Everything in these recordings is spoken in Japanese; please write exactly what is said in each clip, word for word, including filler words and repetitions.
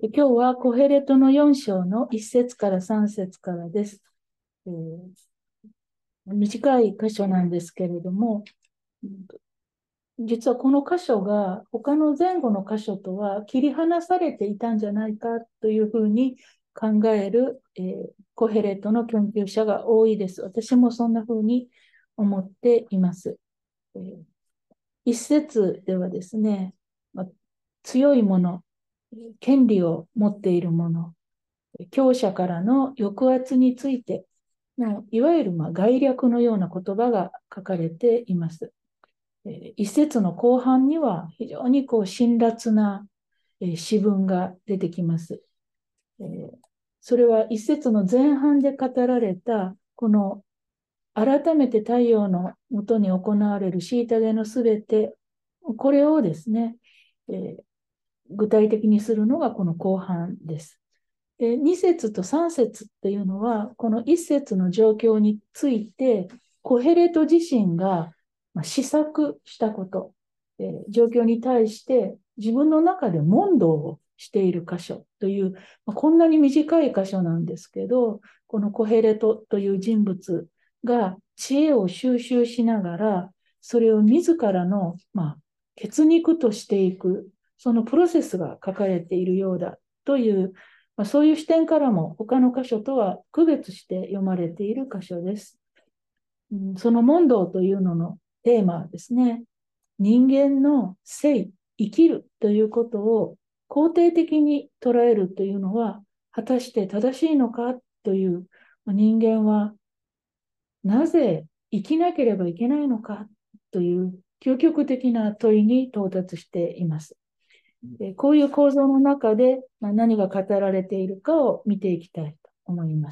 で今日はコヘレトのよん章のいっ節からさん節からです。えー短い箇所なんですけれども、実はこの箇所が他の前後の箇所とは切り離されていたんじゃないかというふうに考える、えーコヘレトの研究者が多いです。私もそんなふうに思っています。えー一節ではですね、まあ、強いもの、権利を持っているもの、強者からの抑圧についての、いわゆるまあ概略のような言葉が書かれています。一節の後半には非常にこう辛辣な詩文が出てきます。それは一節の前半で語られたこの改めて太陽のもとに行われる虐げのすべて、これをですね、具体的にするのがこの後半です。でに節とさん節っていうのはこのいち節の状況についてコヘレト自身が思索したこと、状況に対して自分の中で問答をしている箇所という、こんなに短い箇所なんですけど、このコヘレトという人物が知恵を収集しながらそれを自らの、まあ、血肉としていく、そのプロセスが書かれているようだという、まあ、そういう視点からも他の箇所とは区別して読まれている箇所です。うん、その問答というののテーマはですね、人間の生、生きるということを肯定的に捉えるというのは果たして正しいのかという、人間はなぜ生きなければいけないのかという究極的な問いに到達しています。こういう構造の中で何が語られているかを見ていきたいと思います。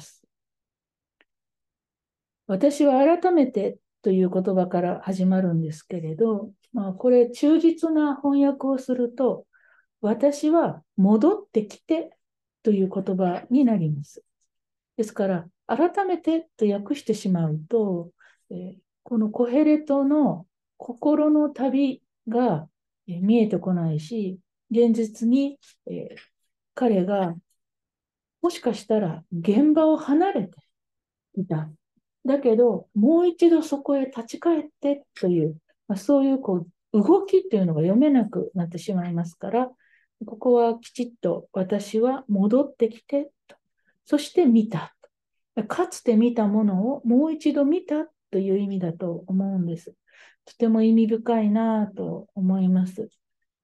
私は改めてという言葉から始まるんですけれど、まあ、これ忠実な翻訳をすると、私は戻ってきてという言葉になります。ですから、改めてと訳してしまうと、えーこのコヘレトの心の旅が見えてこないし、現実に、えー彼がもしかしたら現場を離れていた。だけど、もう一度そこへ立ち返ってという、まあ、そういうこう動きというのが読めなくなってしまいますから、ここはきちっと私は戻ってきてと、そして見た。かつて見たものをもう一度見たという意味だと思うんです。とても意味深いなと思います。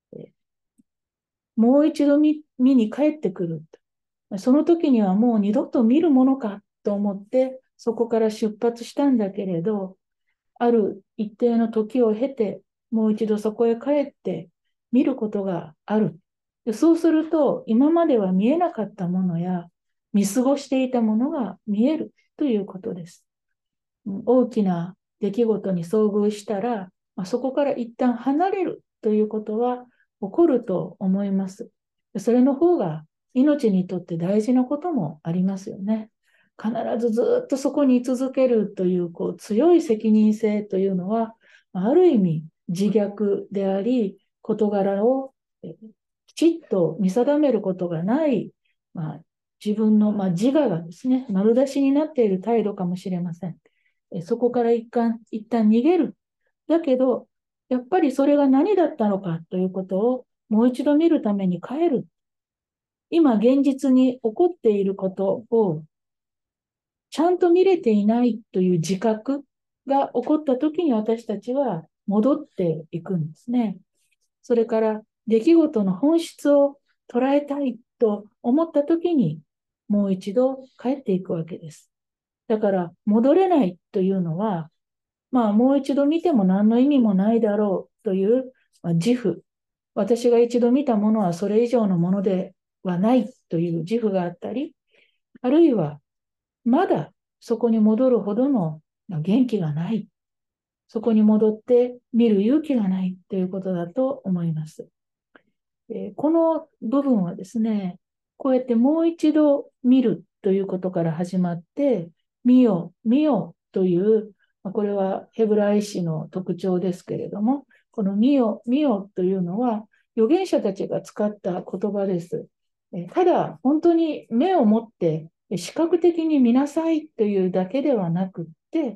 もう一度見見に帰ってくる。その時にはもう二度と見るものかと思ってそこから出発したんだけれど、ある一定の時を経てもう一度そこへ帰って見ることがある。そうすると今までは見えなかったものや見過ごしていたものが見えるということです。大きな出来事に遭遇したら、そこから一旦離れるということは起こると思います。それの方が命にとって大事なこともありますよね。必ずずっとそこに居続けるという、こう強い責任性というのは、ある意味自虐であり、事柄をきちっと見定めることがない、まあ、自分の、まあ、自我がですね、丸出しになっている態度かもしれません。そこから一旦、一旦逃げる。だけど、やっぱりそれが何だったのかということをもう一度見るために帰る。今現実に起こっていることをちゃんと見れていないという自覚が起こった時に私たちは戻っていくんですね。それから出来事の本質を捉えたいと思った時にもう一度帰っていくわけです。だから戻れないというのは、まあもう一度見ても何の意味もないだろうという、まあ、自負。私が一度見たものはそれ以上のものではないという自負があったり、あるいはまだそこに戻るほどの元気がない。そこに戻って見る勇気がないということだと思います。えーこの部分はですね、こうやってもう一度見るということから始まって、見よ、見よという、これはヘブライ詩の特徴ですけれども、この見よ、見よというのは預言者たちが使った言葉です。 えただ、本当に目を持って視覚的に見なさいというだけではなくって、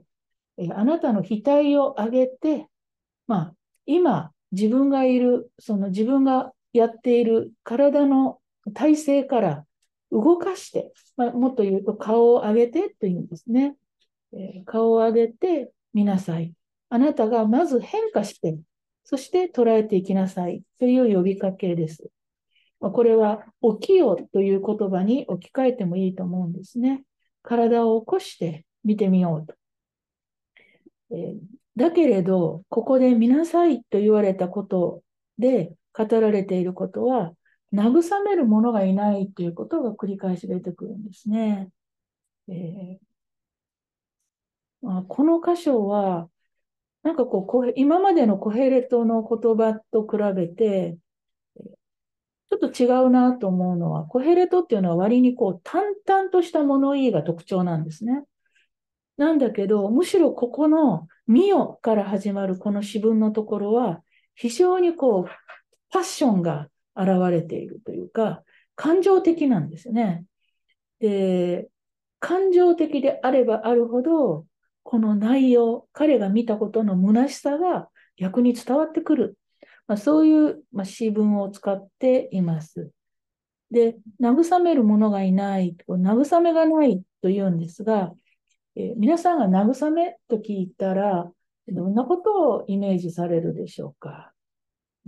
えあなたの額を上げて、まあ、今、自分がいる、その自分がやっている体の体勢から動かして、まあ、もっと言うと顔を上げてというんですね。えー顔を上げて見なさい。あなたがまず変化して、そして捉えていきなさいという呼びかけです。まあこれは起きよという言葉に置き換えてもいいと思うんですね。体を起こして見てみようと。えーだけれど、ここで見なさいと言われたことで語られていることは、慰める者がいないということが繰り返し出てくるんですね。えーまあ、この箇所は、なんかこう、今までのコヘレトの言葉と比べて、ちょっと違うなと思うのは、コヘレトっていうのは割にこう淡々とした物言いが特徴なんですね。なんだけど、むしろここのミヨから始まるこの詩文のところは、非常にこう、パッションが現れているというか、感情的なんですね。で、感情的であればあるほど、この内容、彼が見たことの虚しさが逆に伝わってくる。まあ、そういう、まあ、詩文を使っています。で、慰める者がいない、慰めがないというんですが、えー皆さんが慰めと聞いたら、どんなことをイメージされるでしょうか。うん、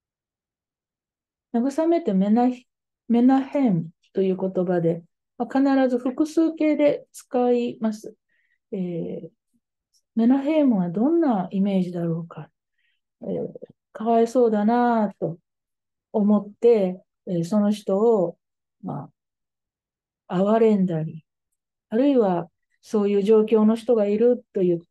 慰めってメナメナヘンという言葉で、まあ、必ず複数形で使います。えーメナヘムはどんなイメージだろうか。えーかわいそうだなと思って、えーその人を、まあ、憐れんだり、あるいはそういう状況の人がいると言って、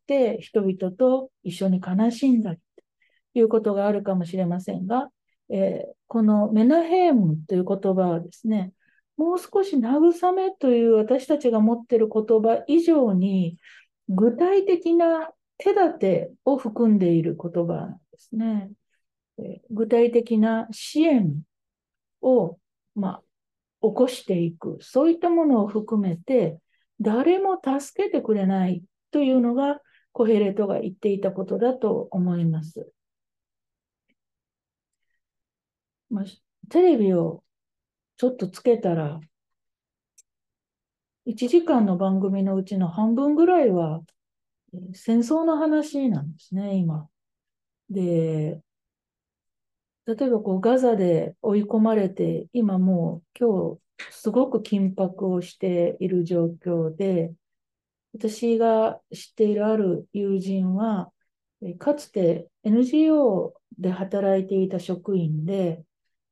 人々と一緒に悲しんだりということがあるかもしれませんが、えーこのメナヘームという言葉はですね、もう少し慰めという私たちが持っている言葉以上に、具体的な手立てを含んでいる言葉なんですね。えー具体的な支援を、まあ、起こしていく、そういったものを含めて、誰も助けてくれないというのが、コヘレトが言っていたことだと思います。まあ、テレビをちょっとつけたら、いちじかんの番組のうちの半分ぐらいは戦争の話なんですね、今。で、例えばこうガザで追い込まれて、今もう今日すごく緊迫をしている状況で、私が知っているある友人は、かつて エヌジーオー で働いていた職員で、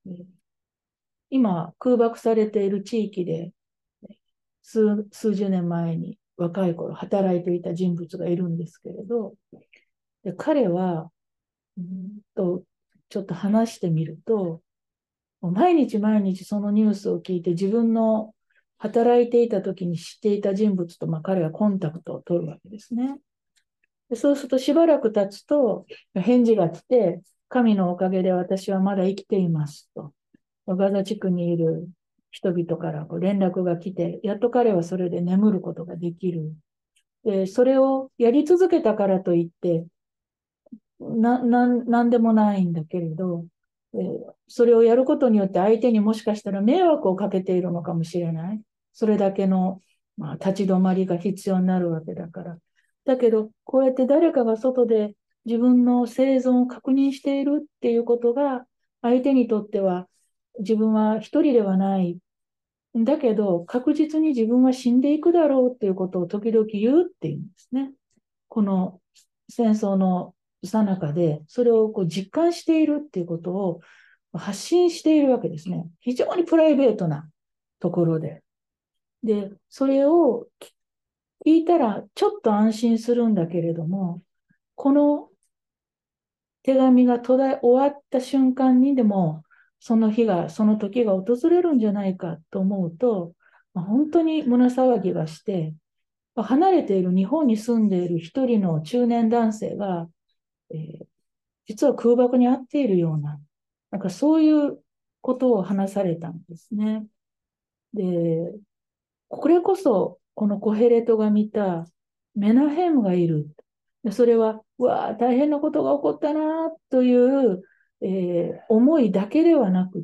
今空爆されている地域で数、数十年前に若い頃働いていた人物がいるんですけれど、で彼は、うんと、ちょっと話してみると、毎日毎日そのニュースを聞いて自分の働いていた時に知っていた人物と、まあ、彼はコンタクトを取るわけですね。でそうするとしばらく経つと返事が来て、神のおかげで私はまだ生きていますと。ガザ地区にいる人々からこう連絡が来て、やっと彼はそれで眠ることができる。でそれをやり続けたからといって、な、ななんでもないんだけれど、えーそれをやることによって相手にもしかしたら迷惑をかけているのかもしれない。それだけの、まあ、立ち止まりが必要になるわけだから。だけど、こうやって誰かが外で自分の生存を確認しているっていうことが、相手にとっては自分は一人ではない。だけど、確実に自分は死んでいくだろうっていうことを時々言うっていうんですね。この戦争の最中で、それをこう実感しているっていうことを発信しているわけですね。非常にプライベートなところで。で、それを聞いたらちょっと安心するんだけれども、この手紙が途絶え終わった瞬間にでも、その日が、その時が訪れるんじゃないかと思うと、本当に胸騒ぎがして、離れている日本に住んでいる一人の中年男性が、えー実は空爆に遭っているような、なんかそういうことを話されたんですね。で、これこそ、このコヘレトが見たメナヘムがいる。でそれは、うわあ、大変なことが起こったなという、えー思いだけではなくって、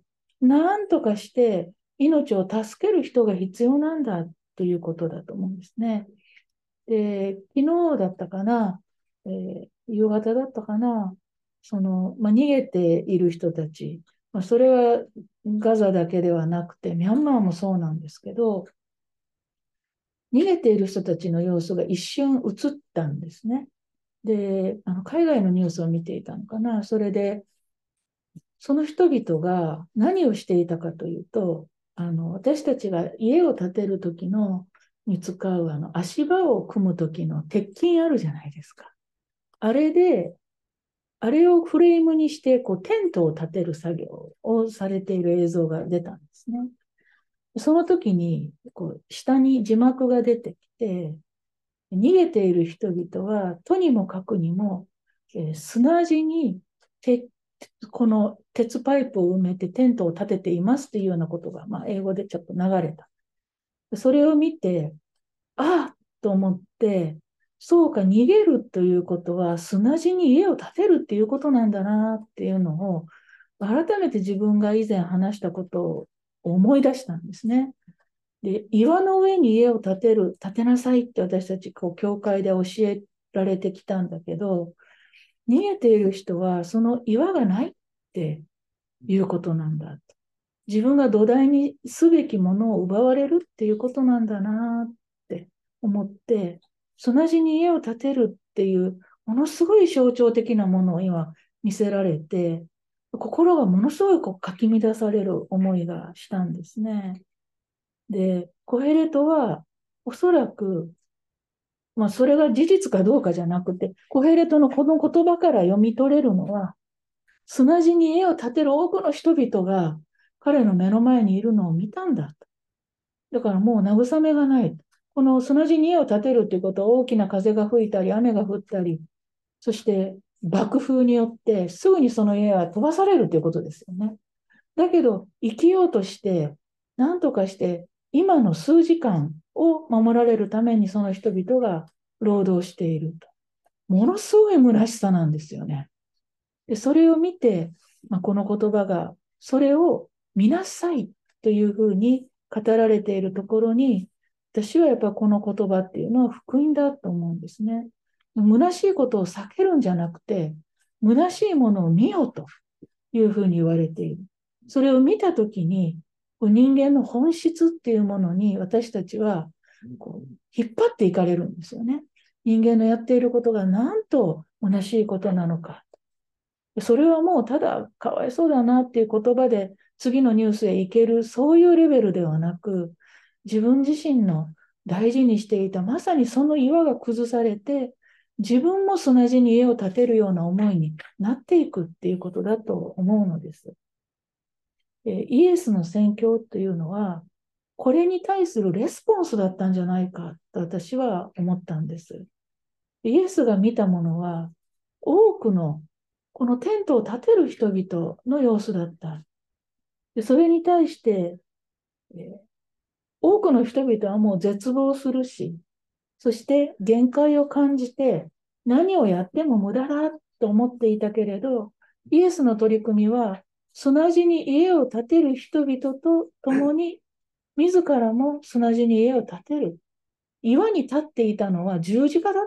なんとかして命を助ける人が必要なんだということだと思うんですね。で、昨日だったかな、えー夕方だったかな、その、まあ、逃げている人たち、まあ、それはガザだけではなくて、ミャンマーもそうなんですけど、逃げている人たちの様子が一瞬映ったんですね。で、あの海外のニュースを見ていたのかな。それで、その人々が何をしていたかというと、あの私たちが家を建てる時のに使うあの足場を組む時の鉄筋あるじゃないですか。あれで、あれをフレームにしてこうテントを建てる作業をされている映像が出たんですね。その時にこう下に字幕が出てきて、逃げている人々は、とにもかくにも、えー砂地にてこの鉄パイプを埋めてテントを建てていますっていうようなことが、まあ、英語でちょっと流れた。それを見て、ああと思って、そうか、逃げるということは砂地に家を建てるっていうことなんだなっていうのを、改めて自分が以前話したことを思い出したんですね。で、岩の上に家を建てる、建てなさいって私たち、こう、教会で教えられてきたんだけど、逃げている人は、その岩がないっていうことなんだ。自分が土台にすべきものを奪われるっていうことなんだなって思って、砂地に家を建てるっていう、ものすごい象徴的なものを今見せられて、心がものすごいこうかき乱される思いがしたんですね。で、コヘレトは、おそらく、まあ、それが事実かどうかじゃなくて、コヘレトのこの言葉から読み取れるのは、砂地に家を建てる多くの人々が彼の目の前にいるのを見たんだ。だからもう慰めがない。この砂地に家を建てるということは、大きな風が吹いたり、雨が降ったり、そして爆風によってすぐにその家は飛ばされるということですよね。だけど、生きようとして、何とかして、今の数時間を守られるためにその人々が労働していると。ものすごい虚しさなんですよね。で、それを見て、まあ、この言葉が、それを見なさいというふうに語られているところに、私はやっぱこの言葉っていうのは福音だと思うんですね。虚しいことを避けるんじゃなくて、虚しいものを見ようというふうに言われている。それを見たときに、人間の本質っていうものに私たちはこう引っ張っていかれるんですよね。人間のやっていることがなんと虚しいことなのか。それはもうただかわいそうだなっていう言葉で次のニュースへ行ける、そういうレベルではなく、自分自身の大事にしていたまさにその岩が崩されて、自分も砂地に家を建てるような思いになっていくっていうことだと思うのです。イエスの宣教というのは、これに対するレスポンスだったんじゃないかと私は思ったんです。イエスが見たものは、多くのこのテントを建てる人々の様子だった。でそれに対して、えー多くの人々はもう絶望するし、そして限界を感じて、何をやっても無駄だと思っていたけれど、イエスの取り組みは、砂地に家を建てる人々と共に、自らも砂地に家を建てる。岩に立っていたのは十字架だった。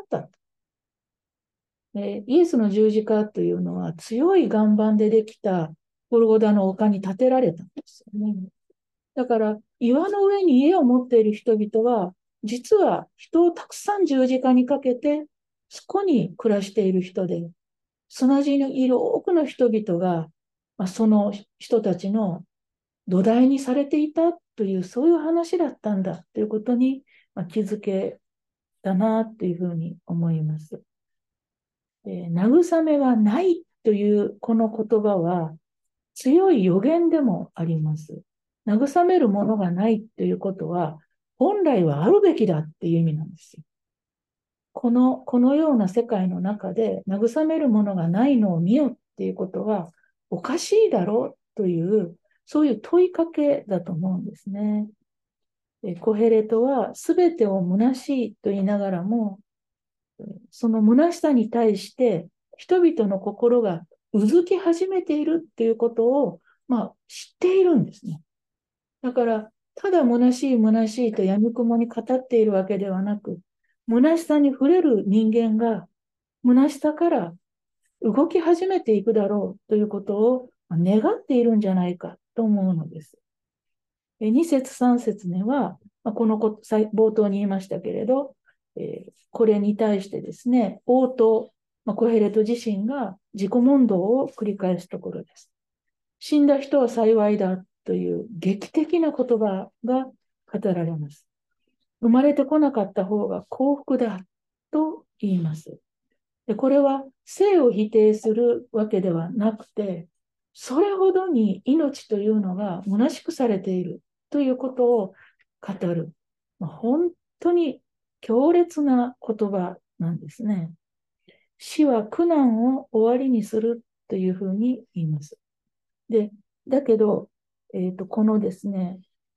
イエスの十字架というのは強い岩盤でできたゴルゴダの丘に建てられたんですよね。だから岩の上に家を持っている人々は、実は人をたくさん十字架にかけて、そこに暮らしている人で、砂地にいる多くの人々が、まあ、その人たちの土台にされていたという、そういう話だったんだということに、まあ、気づけたなというふうに思います。えー慰めはないというこの言葉は強い予言でもあります。慰めるものがないということは本来はあるべきだっていう意味なんですよ。この、このような世界の中で慰めるものがないのを見よっていうことはおかしいだろという、そういう問いかけだと思うんですね。コヘレトは全てを虚しいと言いながらも、その虚しさに対して人々の心がうずき始めているっていうことを、まあ、知っているんですね。だから、ただ虚しい虚しいと闇雲に語っているわけではなく、虚しさに触れる人間が虚しさから動き始めていくだろうということを願っているんじゃないかと思うのです。に節さん節には、このこと冒頭に言いましたけれど、これに対してですね、応答、コヘレト自身が自己問答を繰り返すところです。死んだ人は幸いだという劇的な言葉が語られます。生まれてこなかった方が幸福だと言います。でこれは生を否定するわけではなくて、それほどに命というのが虚しくされているということを語る、まあ、本当に強烈な言葉なんですね。死は苦難を終わりにするというふうに言います。で、だけど、えーと、このですね、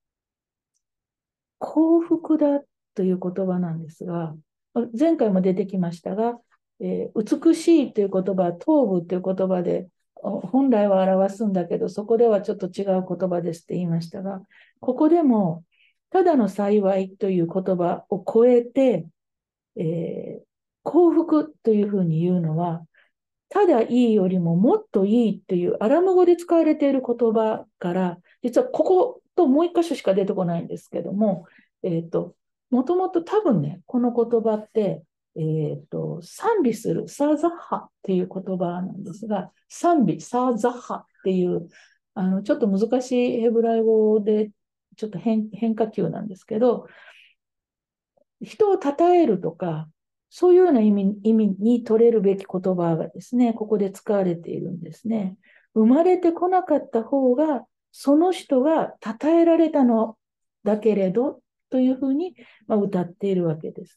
幸福だという言葉なんですが、前回も出てきましたが、えー、美しいという言葉は頭部という言葉で本来は表すんだけど、そこではちょっと違う言葉ですって言いましたが、ここでもただの幸いという言葉を超えて、えー、幸福というふうに言うのは、ただいいよりももっといいというアラム語で使われている言葉から、実はここともう一箇所しか出てこないんですけども、えっと、もともと多分ね、この言葉って、えっと、賛美する、サーザッハっていう言葉なんですが、賛美、サーザッハっていう、あの、ちょっと難しいヘブライ語で、ちょっと 変, 変化球なんですけど、人を称えるとか、そういうような意味、意味に取れるべき言葉がですね、ここで使われているんですね。生まれてこなかった方が、その人が称えられたのだけれど、というふうに、まあ、歌っているわけです。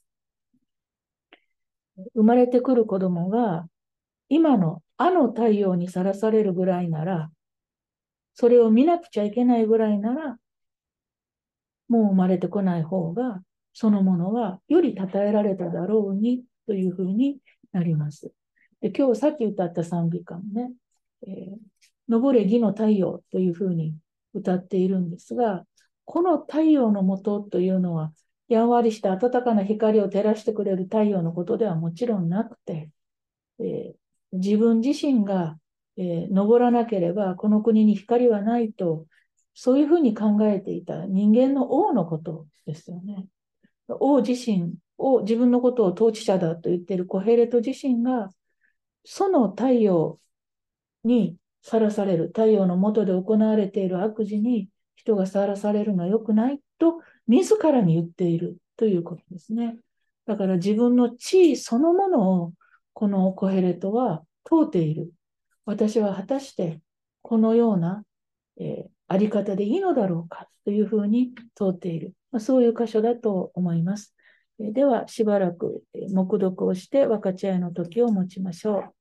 生まれてくる子供が、今のあの太陽にさらされるぐらいなら、それを見なくちゃいけないぐらいなら、もう生まれてこない方が、そのものはより称えられただろうにというふうになります。で今日さっき歌った賛美歌もね、えー、昇れ義の太陽というふうに歌っているんですが、この太陽のもとというのは、やんわりした暖かな光を照らしてくれる太陽のことではもちろんなくて、えー、自分自身が、えー、昇らなければこの国に光はないと、そういうふうに考えていた人間の王のことですよね。王自身を、自分のことを統治者だと言っているコヘレト自身が、その太陽にさらされる、太陽の下で行われている悪事に人がさらされるのは良くないと自らに言っているということですね。だから自分の地位そのものをこのコヘレトは問うている。私は果たしてこのような、えー、あり方でいいのだろうかというふうに問うている。まあ、そういう箇所だと思います。ではしばらく黙読をして分かち合いの時を持ちましょう。